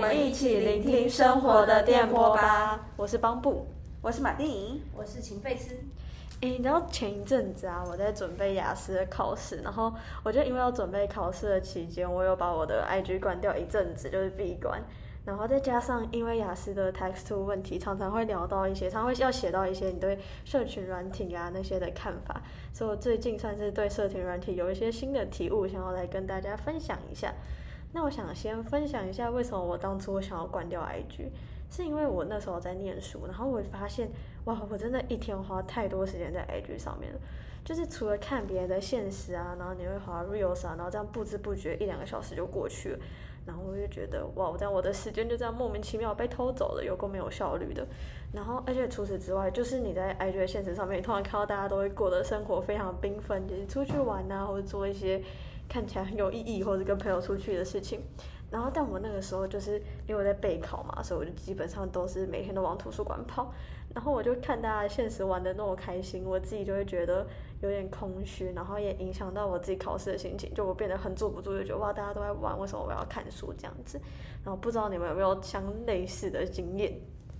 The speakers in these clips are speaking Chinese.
们一起聆听生活的电波吧。 我是邦布， 我是马丁， 我是秦贝斯。 你知道前一阵子啊，我在准备雅思的考试，然后我就因为要准备考试的期间，我有把我的 IG 关掉一阵子，就是闭关。然后再加上因为雅思的 text to 问题，常常会聊到一些，常常会要写到一些你对社群软体啊那些的看法，所以我最近算是对社群软体有一些新的体悟，想要来跟大家分享一下。那我想先分享一下为什么我当初想要关掉 IG， 是因为我那时候在念书，然后我发现哇，我真的一天花太多时间在 IG 上面了。就是除了看别人的现实啊，然后你会滑 reels 啊，然后这样不知不觉1-2个小时就过去了。然后我就觉得哇，这样我的时间就这样莫名其妙被偷走了，有够没有效率的。然后而且除此之外，就是你在 IG 的现实上面，你通常看到大家都会过的生活非常缤纷，就是出去玩啊，或者做一些看起来很有意义或者跟朋友出去的事情。然后但我那个时候就是因为我在备考嘛，所以我就基本上都是每天都往图书馆跑。然后我就看大家现实玩的那么开心，我自己就会觉得有点空虚，然后也影响到我自己考试的心情，就我变得很坐不住，就觉得哇，大家都在玩，为什么我要看书这样子？然后不知道你们有没有相类似的经验？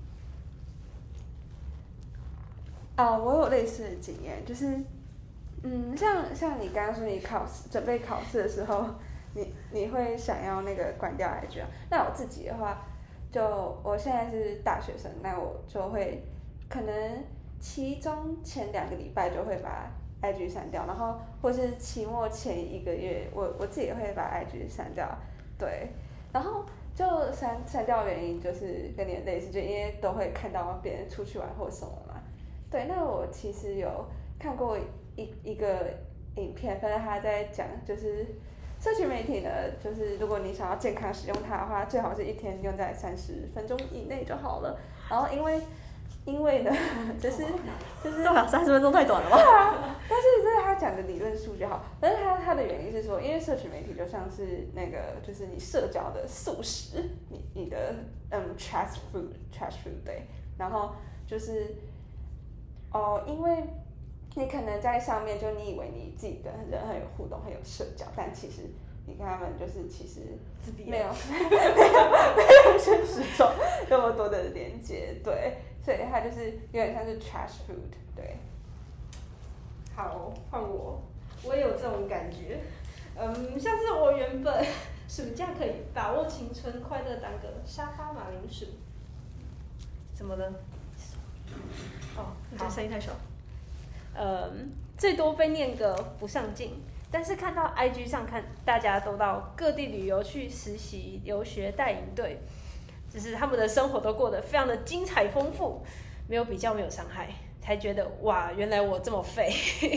我有类似的经验，就是像你刚刚说你准备考试的时候，你会想要那个关掉 IG 啊？那我自己的话，就我现在是大学生，那我就会可能期中前2个礼拜就会把 IG 删掉，然后或是期末前1个月，我自己也会把 IG 删掉，对，然后就删掉的原因就是跟你的类似，就因为都会看到别人出去玩或什么嘛，对，那我其实有看过一个影片，反正他在讲就是社群媒体呢，就是如果你想要健康使用它的话，最好是一天用在30分钟以内就好了。然后因为呢，就是对啊，30分钟太短了吧？ 对啊，但是这是他讲的理论数据好，但是他的原因是说，因为社群媒体就像是那个就是你社交的素食，你的trash food 对，然后就是因为你可能在上面就你以为你自己跟人很有互动很有社交，但其实你跟他们就是其实没有现实中那么多的连接，对，所以它就是有点像是 trash food， 对。 好，换我，我也有这种感觉。像是我原本暑假可以把握青春，快乐当个沙发马铃薯。怎么了？ 你这声音太小。 最多被念个不上进，但是看到 IG 上看大家都到各地旅游去实习、留学、带营队，就是他们的生活都过得非常的精彩丰富，没有比较，没有伤害，才觉得哇，原来我这么废。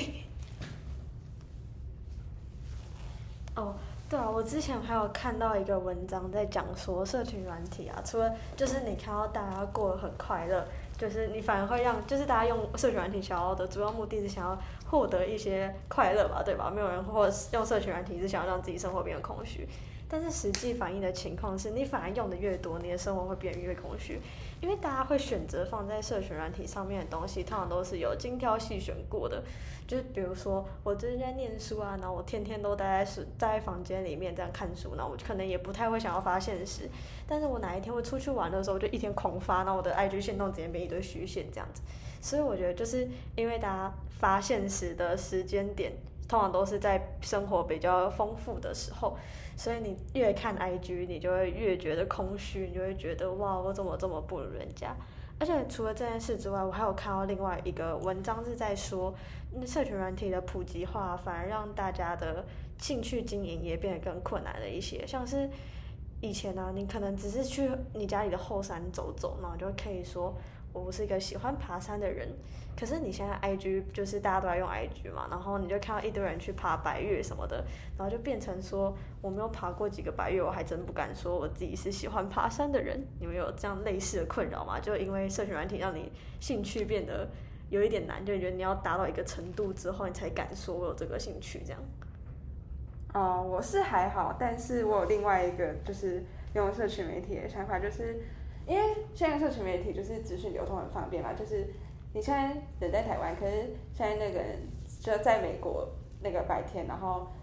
对啊，我之前还有看到一个文章在讲说社群软体啊，除了就是你看到大家过得很快乐，就是你反而会让就是大家用社群软体想要的主要目的是想要获得一些快乐吧，对吧？没有人或者用社群软体是想要让自己生活变得空虚，但是实际反映的情况是你反而用的越多，你的生活会变得越空虚，因为大家会选择放在社群软体上面的东西，通常都是有精挑细选过的。就是比如说我最近在念书啊，然后我天天都待在房间里面这样看书，然后我可能也不太会想要发现实，但是我哪一天会出去玩的时候，我就一天狂发，然后我的 IG 限动直接变一堆虚线这样子。所以我觉得就是因为大家发现实的时间点通常都是在生活比较丰富的时候，所以你越看 IG 你就会越觉得空虚，你就会觉得哇，我怎么这么不如人家。而且除了这件事之外，我还有看到另外一个文章是在说社群软体的普及化反而让大家的兴趣经营也变得更困难了一些，像是以前呢，你可能只是去你家里的后山走走，然后就可以说我不是一个喜欢爬山的人，可是你现在 IG 就是大家都在用 IG 嘛，然后你就看到一堆人去爬百岳什么的，然后就变成说我没有爬过几个百岳，我还真不敢说我自己是喜欢爬山的人。你们有这样类似的困扰吗？就因为社群软体让你兴趣变得有一点难，就觉得你要达到一个程度之后你才敢说我有这个兴趣这样。 我是还好，但是我有另外一个就是用社群媒体的想法，就是因为现在社群媒体就是资讯流通很方便嘛，就是你现在人在台湾，可是现在那个人就在美国那个白天，然后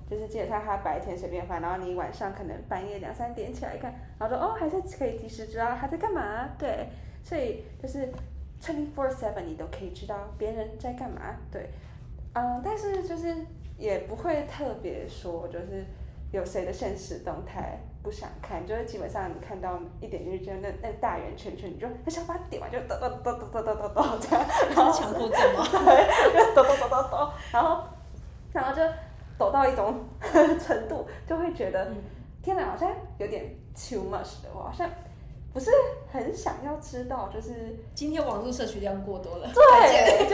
就是基本上他白天随便翻，然后你晚上可能半夜2、3点起来看，然后说还是可以及时知道他在干嘛，对，所以就是24/7你都可以知道别人在干嘛，对，但是就是也不会特别说就是有谁的现实动态不想看，就是基本上你看到一点进去就那大圆圈圈，你就很想把它点完，就抖这样， 然后强迫症吗？ 对，就抖，然后就抖到一种程度，就会觉得天哪，好像有点 too much 的，我好像不是很想要知道，就是今天网络摄取量过多了， 对，就是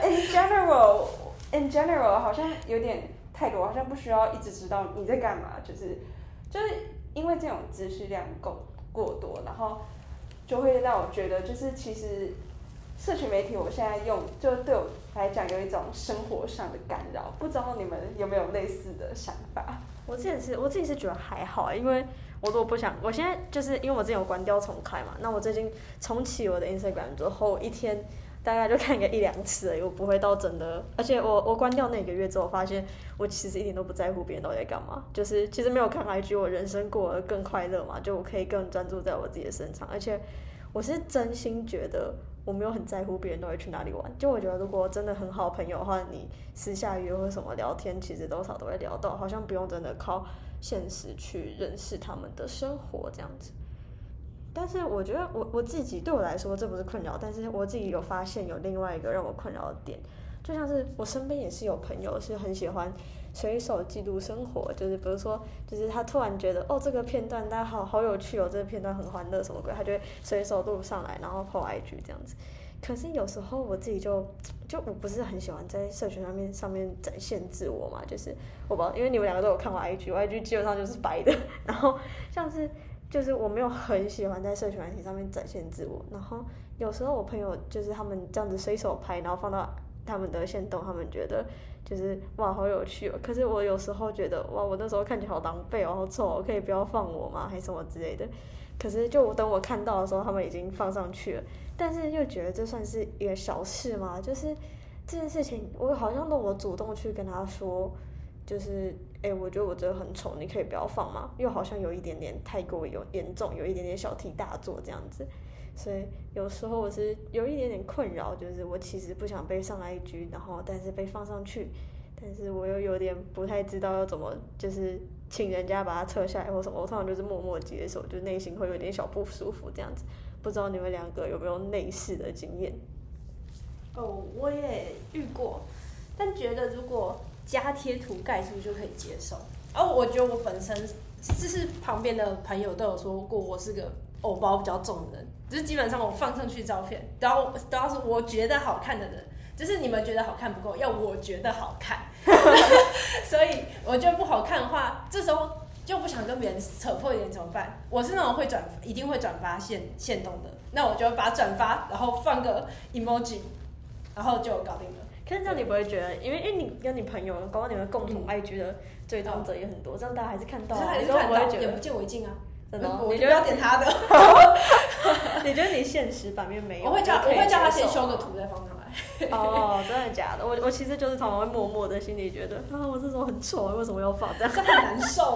in general 好像有点太多，好像不需要一直知道你在干嘛，就是因为这种资讯量过多，然后就会让我觉得，就是其实社群媒体我现在用，就对我来讲有一种生活上的干扰，不知道你们有没有类似的想法？ 我自己是觉得还好，因为我如果不想，我现在就是因为我之前有关掉重开嘛，那我最近重启我的 Instagram 之后，一天大概就看个1、2次而已，我不会到真的。而且我关掉那个月之后，发现我其实一点都不在乎别人到底在干嘛，就是其实没有看 IG， 我人生过得更快乐嘛，就我可以更专注在我自己的身上，而且我是真心觉得我没有很在乎别人都会去哪里玩，就我觉得如果真的很好的朋友的话，你私下约或什么聊天，其实多少都会聊到，好像不用真的靠现实去认识他们的生活这样子。但是我觉得我自己对我来说这不是困扰，但是我自己有发现有另外一个让我困扰的点，就像是我身边也是有朋友是很喜欢随手记录生活，就是比如说就是他突然觉得这个片段大家好有趣这个片段很欢乐什么鬼，他就会随手录上来然后 po IG 这样子。可是有时候我自己就我不是很喜欢在社群上面展现自我嘛，就是我不知道，因为你们2个都有看过 IG， 我 IG 基本上就是白的，然后像是就是我没有很喜欢在社群媒体上面展现自我，然后有时候我朋友就是他们这样子随手拍，然后放到他们的限动，他们觉得就是哇好有趣可是我有时候觉得哇我那时候看起来好狼狈好丑可以不要放我吗还是什么之类的，可是就等我看到的时候他们已经放上去了，但是又觉得这算是一个小事吗？就是这件事情我好像都我主动去跟他说，就是我觉得我这个很丑，你可以不要放吗？又好像有一点点太过严重，有一点点小题大做这样子，所以有时候我是有一点点困扰，就是我其实不想被上 IG， 然后但是被放上去，但是我又有点不太知道要怎么就是请人家把它撤下来或什么，我通常就是默默接受，就内心会有点小不舒服这样子。不知道你们2个有没有类似的经验？ 我也遇过，但觉得如果加贴图盖是不是就可以接受？我觉得我本身就是旁边的朋友都有说过，我是个偶包比较重的人，就是基本上我放上去照片，都要是我觉得好看的人，就是你们觉得好看不够，要我觉得好看，所以我觉得不好看的话，这时候就不想跟别人扯破脸怎么办？我是那种一定会转发限动的，那我就把它转发，然后放个 emoji， 然后就搞定了。 可是这样你不会觉得，因为你跟你朋友，搞不好你们共同 IG 的追踪者也很多，这样大家还是看到还是看到， 眼不见为净啊。 真的我就不要点他的。 你觉得你现实版面没有？ 我会叫他先修个图再放上来。 真的假的？我其实就是常常会默默的心里觉得我这种很丑，为什么要放这样？ 这很难受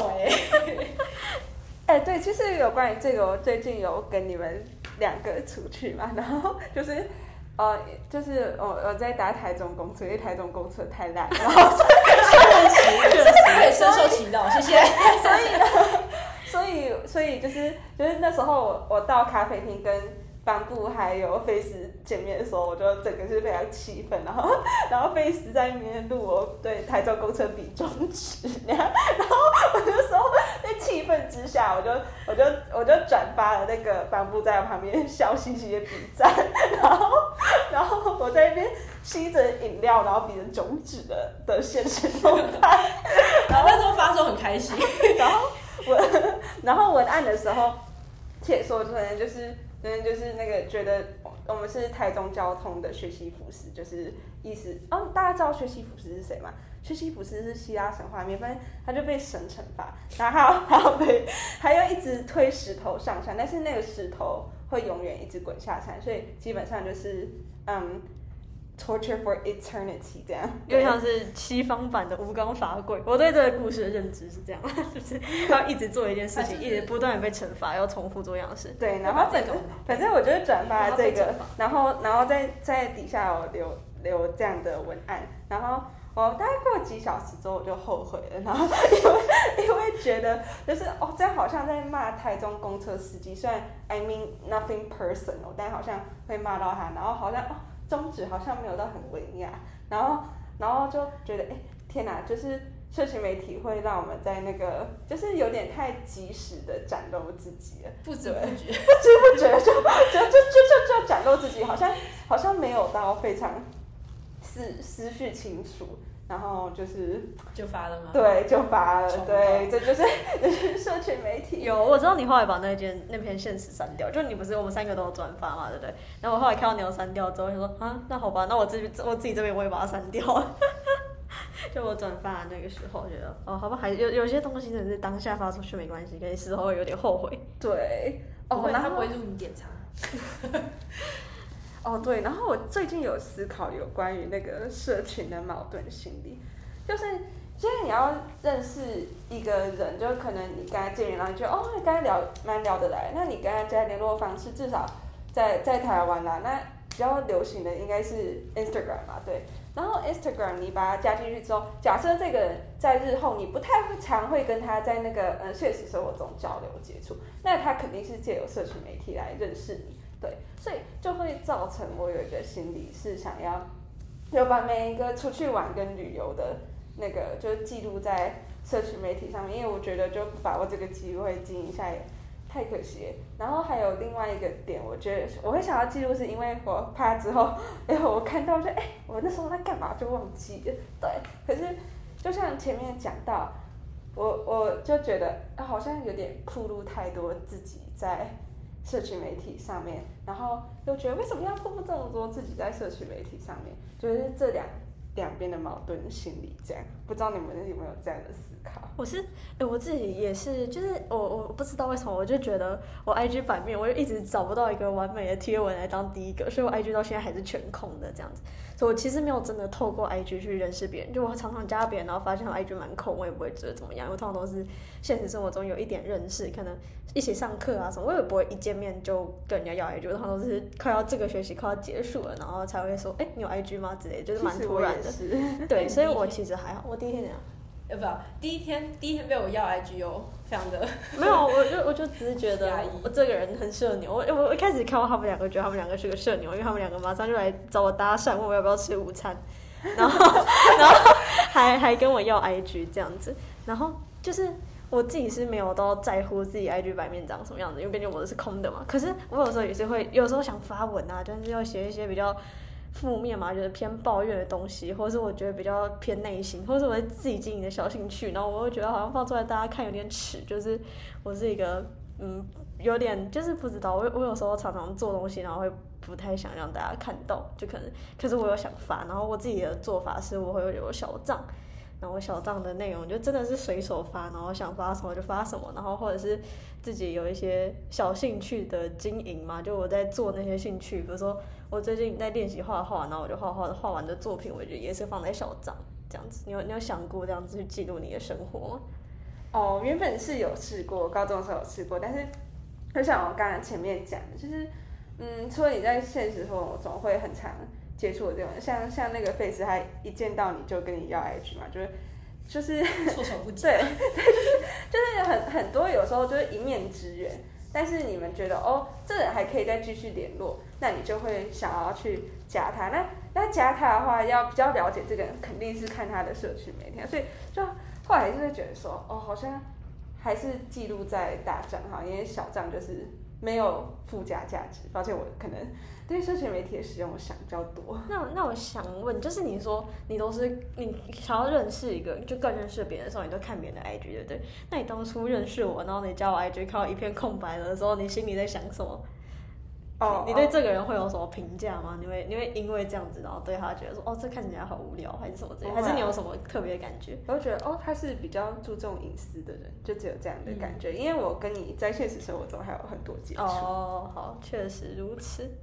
对，其实有关于这个，我最近有跟你们2个出去嘛，然后就是我在搭台中公车，因为台中公车太烂，然后确实深受其扰，谢谢。 所以就是那时候我到咖啡厅跟邦布还有菲斯见面的时候，我就整个是非常气愤，然后菲斯在那边录我对台中公车比中指，然后我那时候在气愤之下，我就转发了那个邦布在我旁边笑嘻嘻的比赞，然后我在那边吸着饮料，然后比着中指的现实动态， 然后那时候发的时候很开心， 然后文案的时候写说可能就是那个觉得我们是台中交通的学习辅师，就是意思大家知道学习辅师是谁吗？学习辅师是希腊神话里面，反正他就被神惩罚，然后还要一直推石头上山，但是那个石头会永远一直滚下山，所以基本上就是 torture for eternity 这样， 有点像是西方版的无刚法鬼。我对这个故事的认知是这样，就是要一直做一件事情，一直不断的被惩罚，要重复做一样的事。 对，然后反正我就是转发这个，然后在底下有留这样的文案，然后我大概过几小时之后我就后悔了，然后因为觉得就是这样好像在骂台中公车司机，虽然 I mean nothing personal， 但好像会骂到他，然后好像宗旨好像没有到很文雅，然后就觉得天哪，就是社群媒体会让我们在那个就是有点太及时的展露自己了， 不知不觉就展露自己，好像没有到非常思绪清楚。然后就发了吗？ 对，就发了。对，这就是社群媒体。 有，我知道你后来把那篇现实删掉，就你不是我们3个都有转发嘛，对不对？然后我后来看到你有删掉之后，就说那好吧，那我自己这边我也把它删掉了。就我转发的那个时候，觉得好吧，还有些东西真的是当下发出去没关系，可是事后有点后悔。 对， 他不会入你典藏。 对，然后我最近有思考有关于那个社群的矛盾心理，就是现在你要认识一个人，就可能你跟他见面，然后你觉得你跟他蛮聊得来，那你跟他加联络方式，至少在台湾啦，那比较流行的应该是 Instagram 嘛，对。然后 Instagram 你把他加进去之后，假设这个人在日后你不太常会跟他在那个现实生活中交流接触，那他肯定是借由社群媒体来认识你。对，所以就会造成我有一个心理是想要把每一个出去玩跟旅游的那个就是记录在社群媒体上面，因为我觉得就不把握这个机会经营一下也太可惜了。然后还有另外一个点，我觉得我会想要记录，是因为我怕之后，我看到就我那时候在干嘛就忘记了。对，可是就像前面讲到，我就觉得好像有点暴露太多自己在社群媒体上面，然后又觉得为什么要暴露这么多自己在社群媒体上面，就是这两边的矛盾心理这样，不知道你们有没有这样的思考？ 我自己也是，就是我不知道为什么，我就觉得我 IG 版面我就一直找不到一个完美的贴文来当第一个，所以我 IG 到现在还是全空的这样子。所以我其实没有真的透过 IG 去认识别人，就我常常加别人，然后发现 IG 蛮空，我也不会觉得怎么样，因为通常都是现实生活中有一点认识，可能一起上课啊什么，我也不会一见面就跟人家要 IG， 我通常都是快要这个学期快要结束了，然后才会说你有 IG 吗之类的，就是蛮突然的。对，所以我其实还好，我第一天怎样？ 第一天被我要 IG 非常的没有，我就只是觉得我这个人很社牛。我一开始看到他们两个，觉得他们两个是个社牛，因为他们两个马上就来找我搭讪，问我要不要吃午餐，然后还跟我要 IG 这样子。然后就是我自己是没有到在乎自己 IG 版面长什么样子，因为毕竟我的是空的嘛。可是我有时候也是会，有时候想发文啊，就是要写一些比较负面嘛，就是偏抱怨的东西，或是我觉得比较偏内心，或是我自己经营的小兴趣，然后我会觉得好像放出来大家看有点耻，就是我是一个有点就是不知道，我有时候常常做东西，然后会不太想让大家看到，就可是我有想发，然后我自己的做法是我会有小账。然后我小账的内容就真的是随手发，然后想发什么就发什么，然后或者是自己有一些小兴趣的经营嘛，就我在做那些兴趣，比如说我最近在练习画画，然后我就画完的作品，我觉得也是放在小账这样子。你有想过这样子去记录你的生活吗？ 原本是有试过，高中的时候有试过，但是就像我刚才前面讲的，就是除了你在现实生活中会很常接触的这种，像那个 Face， 他一见到你就跟你要 IG 嘛，就是措手不及。 对，就是很多有时候就是一面之缘，但是你们觉得这人还可以再继续联络，那你就会想要去加他。那加他的话，要比较了解这个人，肯定是看他的社群媒体，所以就后来就会觉得说，好像还是记录在大账号，因为小账就是没有附加价值。抱歉，我可能对社群媒体的使用我想比较多。 那我想问，就是你说你想要认识一个人，就更认识别人的时候，你都看别人的 IG， 对不对？那你当初认识我，然后你加我 IG， 看到一片空白的时候，你心里在想什么？你对这个人会有什么评价吗？你会因为这样子，然后对他觉得说，这看起来好无聊，还是什么之类的？还是你有什么特别的感觉？ 我就觉得他是比较注重隐私的人，就只有这样的感觉。因为我跟你在现实生活中还有很多接触。 好，确实如此。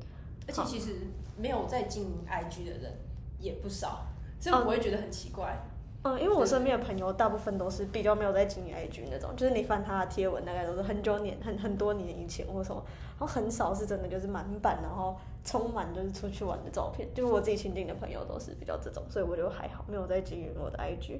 而且其实没有在经营 IG 的人也不少，所以我不会觉得很奇怪。 因为我身边的朋友大部分都是比较没有在经营 IG 那种，就是你翻他的贴文，大概都是很多年以前或什么，然后很少是真的就是满版，然后充满就是出去玩的照片。就是我自己亲近的朋友都是比较这种，所以我就还好，没有在经营我的 IG。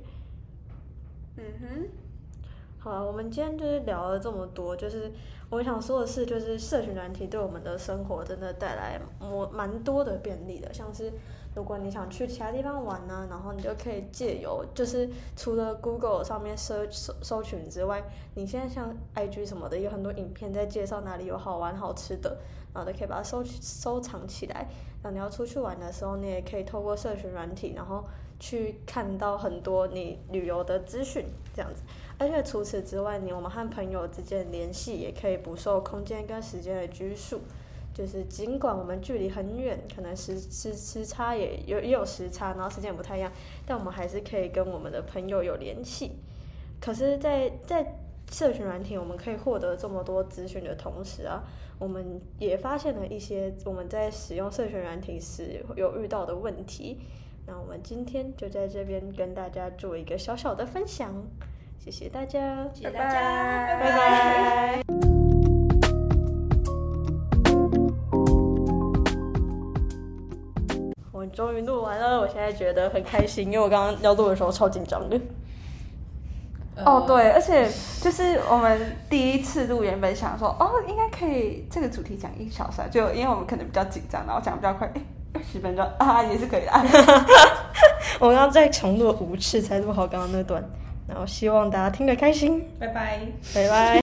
好啊，我们今天就是聊了这么多，就是我想说的是，就是社群软体对我们的生活真的带来蛮多的便利的，像是如果你想去其他地方玩啊，然后你就可以借由就是除了 Google 上面搜寻之外，你现在像 IG 什么的，有很多影片在介绍哪里有好玩好吃的，然后都可以把它收藏起来。然后你要出去玩的时候，你也可以透过社群软体，然后去看到很多你旅游的资讯这样子。而且除此之外，我们和朋友之间的联系也可以不受空间跟时间的拘束。就是尽管我们距离很远，可能时差也有时差，然后时间也不太一样，但我们还是可以跟我们的朋友有联系。可是在社群软体我们可以获得这么多资讯的同时啊，我们也发现了一些我们在使用社群软体时有遇到的问题。那我们今天就在这边跟大家做一个小小的分享，谢谢大家， 谢谢大家， 拜拜。我终于录完了，我现在觉得很开心，因为我刚刚要录的时候超紧张的。 对，而且就是我们第一次录，原本想说应该可以这个主题讲1小时，就因为我们可能比较紧张，然后讲比较快，20分钟也是可以的。 我刚刚再重录了5次才录好刚刚那段，然后希望大家听得开心。 拜拜， 拜拜。